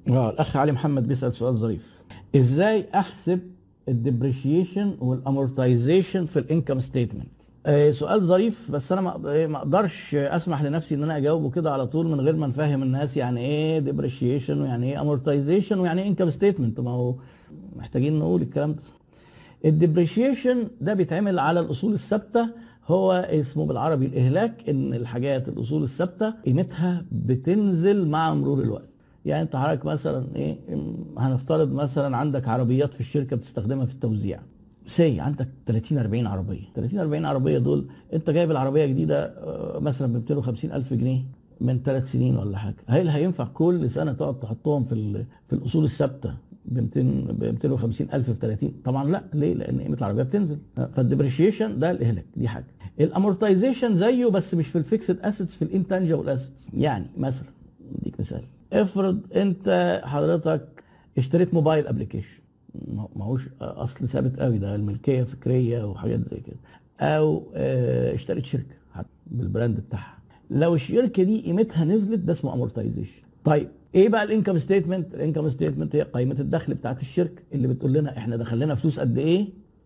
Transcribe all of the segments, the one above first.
الاخ علي محمد بيسأل سؤال ظريف. ازاي احسب الديبريشيشن والامورتايزيشن في الانكم ستيتمنت؟ سؤال ظريف، بس انا ما اقدرش اسمح لنفسي ان انا اجاوبه كده على طول من غير ما نفهم الناس يعني ايه ديبريشيشن ويعني ايه امورتايزيشن ويعني ايه انكم ستيتمنت. ما هو محتاجين نقول الكلام ده. الديبريشيشن ده بيتعمل على الاصول الثابته، هو اسمه بالعربي الاهلاك، ان الحاجات الاصول الثابته قيمتها بتنزل مع مرور الوقت. يعني انت حضرتك مثلا ايه، هنفترض مثلا عندك عربيات في الشركه بتستخدمها في التوزيع، عندك 30 40 عربيه، 30 40 عربيه دول انت جايب العربيه جديده مثلا ب 250 الف جنيه من 3 سنين ولا حاجه، هل هينفع كل سنه تقعد تحطهم في الاصول الثابته ب 200 ب 250 الف في 30؟ طبعا لا. ليه؟ لان قيمه العربيه بتنزل. فالديبريشيشن ده الاهلاك، دي حاجه. الامورتايزيشن زيه بس مش في الفيكسد اسيتس، في الانتانجبل اسيتس. يعني مثلا اديك مثال، افرض انت حضرتك اشتريت موبايل ابلكيشن، ماهوش اصل ثابت قوي، ده الملكيه فكريه وحاجات زي كده، او اشتريت شركه حتى بالبراند بتاعها، لو الشركه دي قيمتها نزلت ده اسمه امورتايزيشن. طيب ايه بقى الانكم ستيتمنت؟ الانكم ستيتمنت هي قائمه الدخل بتاعت الشركه اللي بتقول لنا احنا دخل لنا فلوس قد ايه.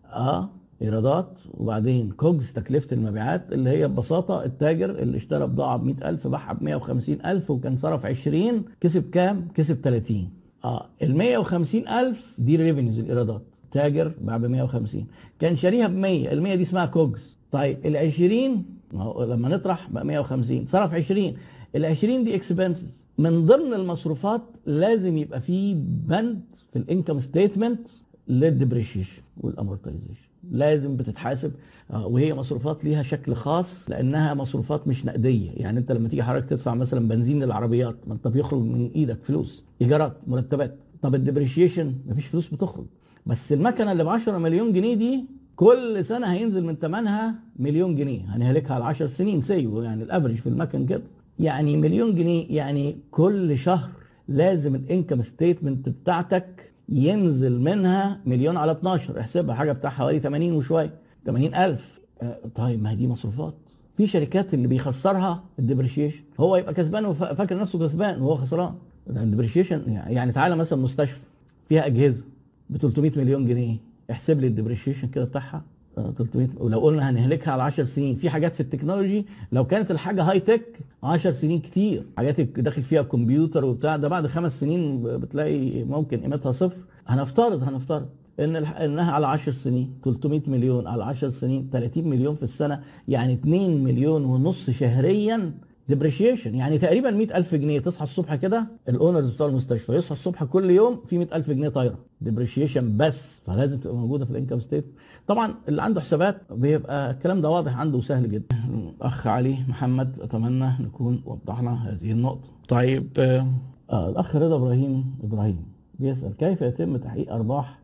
ايرادات، وبعدين كوجز تكلفه المبيعات، اللي هي ببساطه التاجر اللي اشترى بضاعه ب 100,000 باعها ب 150,000 وكان صرف 20، كسب كام؟ كسب 30. ال 150,000 دي الريفينيوز، الايرادات. تاجر باع ب 150، كان شاريها ب 100، ال 100 دي اسمها كوجز. طيب ال 20 لما نطرح بقى 150، صرف 20، ال 20 دي اكسبنسز. من ضمن المصروفات لازم يبقى فيه بند في الانكم ستيتمنت للديبريشيشن والامورتايزيشن، لازم بتتحاسب. وهي مصروفات ليها شكل خاص لانها مصروفات مش نقديه. يعني انت لما تيجي حضرتك تدفع مثلا بنزين للعربيات، ما انت بيخرج من ايدك فلوس، ايجارات، مرتبات. طب الديبريشيشن مفيش فلوس بتخرج، بس المكنه اللي ب 10 مليون جنيه دي كل سنه هينزل من ثمنها مليون جنيه، هنهلكها على 10 سنين سيو، يعني الافرج في المكن كده. يعني مليون جنيه، يعني كل شهر لازم الانكم ستيتمنت بتاعتك ينزل منها مليون على 12، احسبها حاجه بتاع حوالي 80 وشويه، 80,000. طيب ما هي دي مصروفات. في شركات اللي بيخسرها الديبريشيشن، هو يبقى كسبان وفاكر نفسه كسبان وهو خسران. الديبريشيشن يعني تعالى مثلا مستشفى فيها اجهزه ب 300 مليون جنيه، احسب لي الديبريشيشن كده بتاعها 300. ولو قلنا هنهلكها على 10 سنين، في حاجات في التكنولوجي لو كانت الحاجه هاي تك 10 سنين كتير، حاجات داخل فيها كمبيوتر وبتاع ده، بعد 5 سنين بتلاقي ممكن قيمتها صفر. هنفترض انها على 10 سنين 300 مليون، على 10 سنين 30 مليون في السنه، يعني 2 مليون ونص شهريا ديبريشيشن. يعني تقريبا 100,000 جنيه. تصحى الصبح كده الاونرز بتوع المستشفى يصحى الصبح كل يوم في 100,000 جنيه طايره ديبريشيشن بس، فلازم تبقى موجوده في الانكم ستيت. طبعا اللي عنده حسابات بيبقى الكلام ده واضح عنده وسهل جدا. اخ علي محمد، اتمنى نكون وضحنا هذه النقطه. طيب الاخ رضا ابراهيم بيسال كيف يتم تحقيق ارباح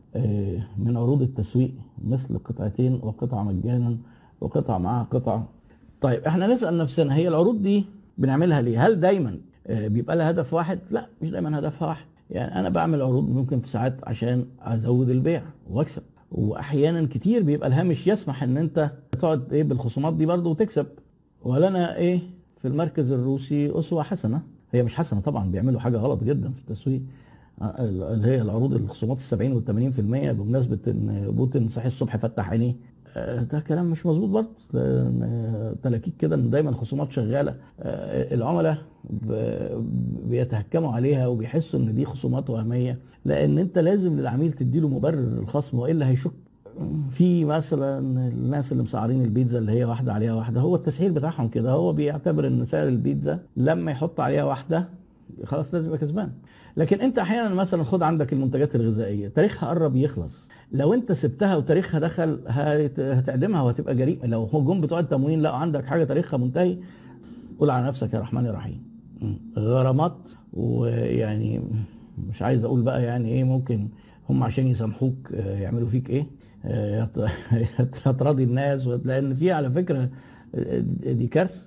من عروض التسويق مثل قطعتين وقطعه مجانا وقطعه معاها قطعه. طيب احنا نسال نفسنا، هي العروض دي بنعملها ليه؟ هل دايما بيبقى لها هدف واحد؟ لا، مش دايما هدفها واحد. يعني انا بعمل عروض ممكن في ساعات عشان ازود البيع واكسب، واحيانا كتير بيبقى الهامش يسمح ان انت تقعد ايه بالخصومات دي برضه وتكسب. ولنا ايه في المركز الروسي اسوه حسنه، هي مش حسنه طبعا، بيعملوا حاجه غلط جدا في التسويق، اللي هي العروض الخصومات ال 70 وال 80% بمناسبه ان بوتين صحي الصبح فتح عينيه. ده كلام مش مظبوط برضه. تلاكيك كده ان دايما خصومات شغاله، العملاء بيتهكموا عليها وبيحسوا ان دي خصومات وهميه، لان انت لازم للعميل تديله مبرر للخصم والا هيشك. في مثلا الناس اللي مسعرين البيتزا اللي هي واحده عليها واحده، هو التسعير بتاعهم كده، هو بيعتبر ان سعر البيتزا لما يحط عليها واحده خلاص لازم يبقى كسبان. لكن انت احيانا مثلا خد عندك المنتجات الغذائيه تاريخها قرب يخلص، لو انت سبتها وتاريخها دخل هتعدمها وهتبقى جريمه. لو هو جم بتوع التموين لقوا عندك حاجه تاريخها منتهي، قول على نفسك يا رحمن يا رحيم. غرامات، ويعني مش عايز اقول بقى يعني ايه، ممكن هم عشان يسامحوك يعملوا فيك ايه، هتراضي الناس، لان في على فكره دي كارثه.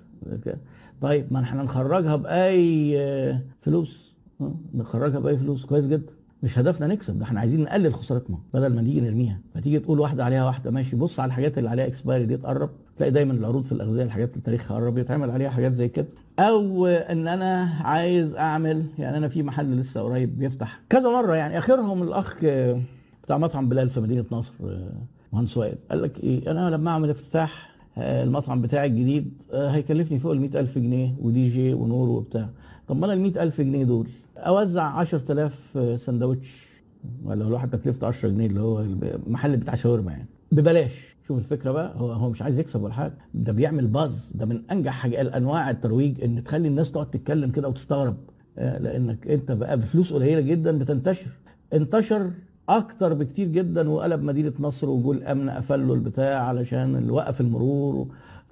طيب ما احنا نخرجها باي فلوس، نخرجها باي فلوس كويس جدا. مش هدفنا نكسب، ده احنا عايزين نقلل خسارتنا بدل ما نيجي نرميها. فتيجي تقول واحده عليها واحده ماشي، بص على الحاجات اللي عليها اكسبايري دي تقرب، تلاقي دايما العروض في الاغذيه الحاجات اللي تاريخها قرب يتعمل عليها حاجات زي كده. او ان انا عايز اعمل، يعني انا في محل لسه قريب بيفتح كذا مره، يعني اخرهم الاخ بتاع مطعم بلال في مدينه نصر، مهندس وائل، قال لك ايه، انا لما اعمل افتتاح المطعم بتاعي الجديد هيكلفني فوق ال 100,000 جنيه ودي جي ونور وبتاع. طب ما انا ال 100,000 جنيه دول اوزع 10,000 سندوتش، ولا الواحد تكلفته 10 جنيه اللي هو المحل بتاع شاورما يعني ببلاش. شوف الفكره بقى، هو مش عايز يكسب ولا حاجه، ده بيعمل باز. ده من انجح حاجه انواع الترويج، ان تخلي الناس تقعد تتكلم كده وتستغرب، لانك انت بقى بفلوس قليله جدا بتنتشر. انتشر اكتر بكتير جدا، وقلب مدينه نصر وجول امن قفل له البتاع علشان وقف المرور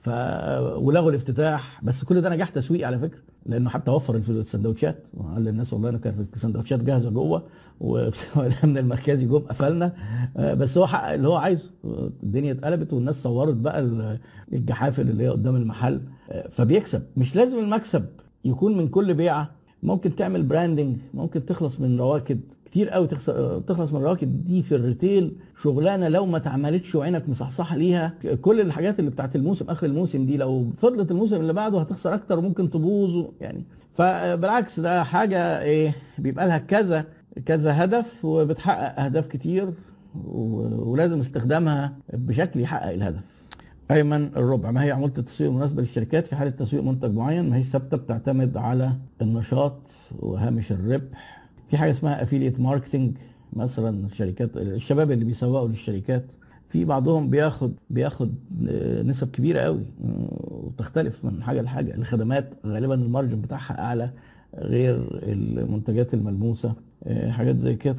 ولغوا الافتتاح. بس كل ده نجاح تسويقي على فكره، لانه حتى وفر السندوتشات، قال للناس والله انا كانت السندوتشات جاهزه جوه والامن المركزي جم قفلنا. بس هو حقق اللي هو عايزه، الدنيا اتقلبت والناس صورت بقى الجحافل اللي هي قدام المحل، فبيكسب. مش لازم المكسب يكون من كل بيعه، ممكن تعمل براندنج، ممكن تخلص من رواكد كتير قوي، تخلص من الرواكد دي في الريتيل شغلانه لو ما اتعملتش وعينك مصحصحه ليها. كل الحاجات اللي بتاعت الموسم اخر الموسم دي لو فضلت الموسم اللي بعده هتخسر اكتر وممكن تبوظ يعني. فبالعكس ده حاجه ايه، بيبقى لها كذا هدف وبتحقق اهداف كتير، ولازم استخدامها بشكل يحقق الهدف. ايمن الربع، ما هي عمولة التسويق المناسبة للشركات في حالة تسويق منتج معين؟ ما هي ثابتة، بتعتمد على النشاط وهامش الربح. في حاجة اسمها افيليت ماركتنج، مثلا الشركات الشباب اللي بيسوقوا للشركات في بعضهم بياخد نسب كبيرة قوي، وتختلف من حاجة لحاجة. الخدمات غالبا المارجن بتاعها اعلى غير المنتجات الملموسة، حاجات زي كده.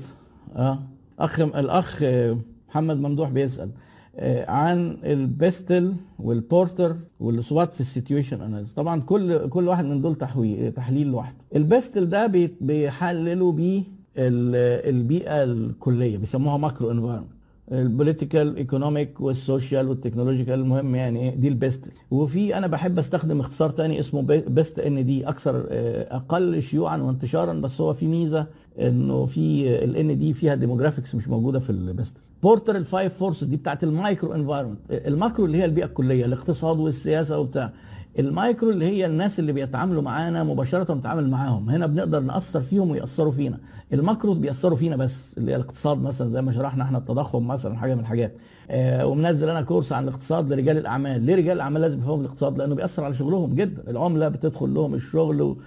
الاخ محمد ممدوح بيسأل عن البيستل والبورتر والسوات في السيتويشن اناليز. طبعا كل واحد من دول تحليل لوحده. البيستل ده بيحللوا بيه البيئه الكليه، بيسموها ماكرو انفايرمنت، البوليتيكال ايكونوميك والسوشيال والتكنولوجيكال، المهم يعني ايه دي البيستل. وفي انا بحب استخدم اختصار تاني اسمه بيست ان دي، اقل شيوعا وانتشارا، بس هو في ميزه انه في الان دي فيها ديموغرافيكس مش موجوده في البيستل. بورتر الفايف فورسز دي بتاعت المايكرو انفايرمنت. الماكرو اللي هي البيئه الكليه، الاقتصاد والسياسه وبتاع. المايكرو اللي هي الناس اللي بيتعاملوا معانا مباشره، بنتعامل معاهم هنا بنقدر ناثر فيهم ويأثروا فينا. الماكرو بيأثروا فينا بس، اللي هي الاقتصاد مثلا زي ما شرحنا احنا، التضخم مثلا حاجه من الحاجات. ومنزل انا كورس عن الاقتصاد لرجال الاعمال. ليه رجال الاعمال لازم يفهموا الاقتصاد؟ لانه بيأثر على شغلهم جدا، العمله بتدخل لهم الشغل،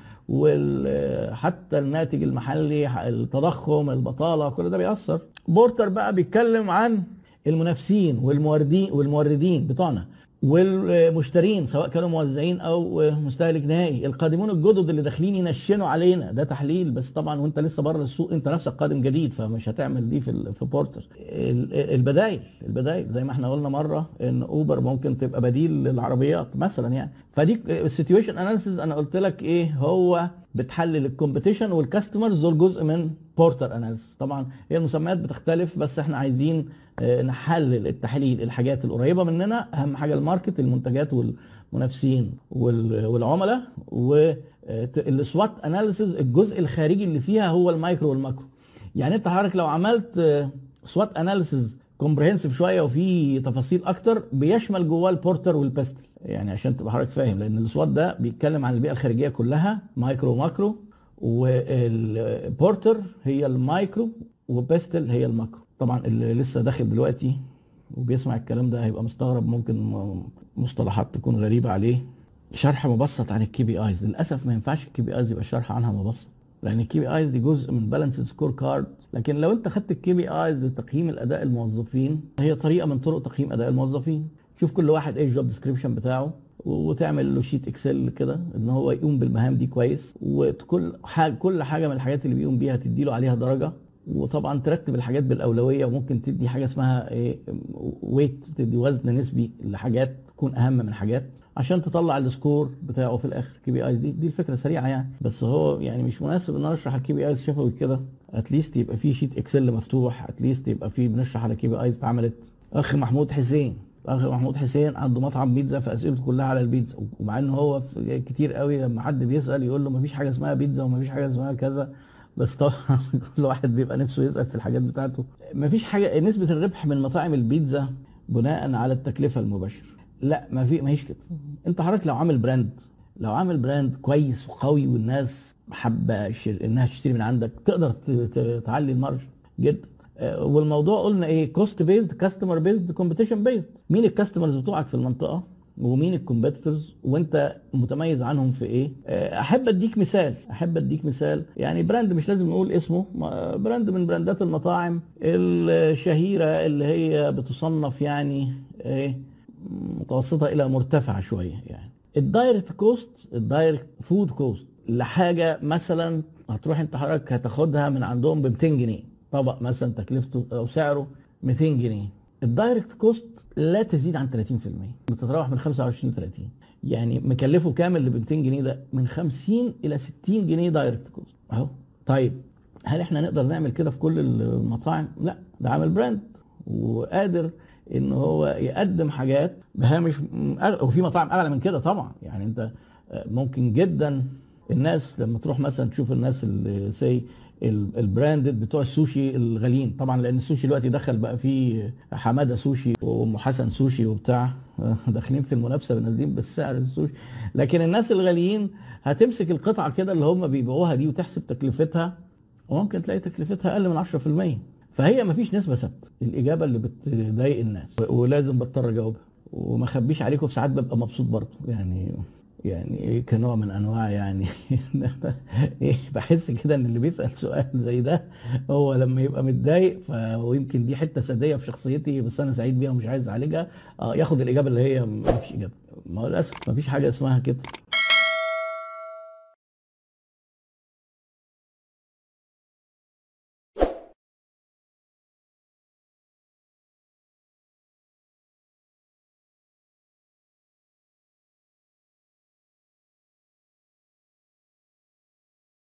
وحتى الناتج المحلي، التضخم، البطاله، كل ده بيأثر. بورتر بقى بيتكلم عن المنافسين والموردين بتوعنا والمشترين، سواء كانوا موزعين او مستهلك نهائي، القادمون الجدد اللي داخلين ينشنوا علينا. ده تحليل بس طبعا وانت لسه بره السوق، انت نفسك قادم جديد، فمش هتعمل دي في بورتر. البدائل زي ما احنا قلنا مره، ان اوبر ممكن تبقى بديل للعربيات مثلا يعني. فدي السيتويشن اناليسيز انا قلت لك ايه هو، بتحلل الكومبيتيشن والكاستمرز، دول جزء من بورتر اناليسيس. طبعا هي المسميات بتختلف، بس احنا عايزين نحلل التحليل الحاجات القريبه مننا، اهم حاجه الماركت، المنتجات والمنافسين والعملاء. والسوات اناليسيز الجزء الخارجي اللي فيها هو المايكرو والماكرو. يعني انت حضرتك لو عملت سوات اناليسيز كومبريهنسيف شويه وفي تفاصيل اكتر، بيشمل جواه البورتر والباستل، يعني عشان تبقى حضرتك فاهم، لان السوات ده بيتكلم عن البيئه الخارجيه كلها، مايكرو وماكرو، والبورتر هي المايكرو وباستل هي الماكرو. طبعا اللي لسه داخل دلوقتي وبيسمع الكلام ده هيبقى مستغرب، ممكن مصطلحات تكون غريبه عليه. شرح مبسط عن الكي بي ايز، للاسف ما ينفعش الكي بي ايز يبقى الشرح عنها مبسط، لان الكي بي ايز دي جزء من بالانس سكور كارد. لكن لو انت خدت الكي بي ايز لتقييم الاداء الموظفين، هي طريقه من طرق تقييم اداء الموظفين. شوف كل واحد ايه الجوب ديسكريبشن بتاعه، وتعمل له شيت اكسل كده ان هو يقوم بالمهام دي كويس، وكل حاجه من الحاجات اللي بيقوم بيها تديله عليها درجه. وطبعا ترتب الحاجات بالاولويه، وممكن تدي حاجه اسمها ايه ويت، تدي وزن نسبي لحاجات تكون اهم من حاجات عشان تطلع السكور بتاعه في الاخر. كي بي ايز دي الفكره سريعه يعني، بس هو يعني مش مناسب ان انا اشرح الكي بي ايز شفوي كده. اتليست يبقى في شيت اكسل مفتوح، اتليست يبقى في بنشرح على كي بي ايز اتعملت. اخ محمود حسين عنده مطعم بيتزا، فاسئلته كلها على البيتزا، ومع ان هو كتير قوي لما حد بيسال يقول له مفيش حاجه اسمها بيتزا ومفيش حاجه اسمها كذا، بس طبعا كل واحد بيبقى نفسه يسأل في الحاجات بتاعته. مفيش حاجة نسبة الربح من مطاعم البيتزا بناء على التكلفة المباشرة، لا ما هيش كده. انت حضرتك لو عامل براند، لو عامل براند كويس وقوي والناس حابة انها تشتري من عندك، تقدر تعلي المارج جدا. والموضوع قلنا ايه؟ كوست بيزد، كاستمر بيزد، كومبيتيشن بيزد. مين الكاستمرز بتوعك في المنطقة ومين الكومبيتيتورز وانت متميز عنهم في ايه. احب اديك مثال يعني براند مش لازم نقول اسمه، براند من براندات المطاعم الشهيره اللي هي بتصنف يعني ايه، متوسطه الى مرتفعه شويه. يعني الدايركت كوست، الدايركت فود كوست لحاجه مثلا هتروح انت حضرتك هتاخدها من عندهم ب 200 جنيه، طبق مثلا تكلفته او سعره 200 جنيه، الدايركت كوست لا تزيد عن 30%، بتتراوح من 25 ل 30. يعني مكلفه كامل اللي ب 200 جنيه ده من 50 الى 60 جنيه دايركت كوست اهو. طيب هل احنا نقدر نعمل كده في كل المطاعم؟ لا، ده عامل براند وقادر ان هو يقدم حاجات بهامش وفي مطاعم اعلى من كده طبعا. يعني انت ممكن جدا الناس لما تروح مثلا تشوف الناس اللي سي البراندد بتوع السوشي الغاليين طبعا، لان السوشي دلوقتي دخل بقى فيه حماده سوشي وام حسن سوشي وبتاع داخلين في المنافسه ونازلين بالسعر السوشي. لكن الناس الغاليين هتمسك القطعه كده اللي هم بيبيعوها دي وتحسب تكلفتها، وممكن تلاقي تكلفتها اقل من 10%. فهي مفيش نسبه ثابته. الاجابه اللي بتضايق الناس ولازم بضطر اجاوبها وما اخبيش عليكم، في ساعات ببقى مبسوط برضه يعني ايه كنوع من انواع يعني ايه، بحس كده ان اللي بيسال سؤال زي ده هو لما يبقى متضايق، ويمكن دي حته ساديه في شخصيتي بس انا سعيد بيها ومش عايز اعالجها، ياخد الاجابه اللي هي ما فيش اجابه. ما هو للاسف ما فيش حاجه اسمها كده.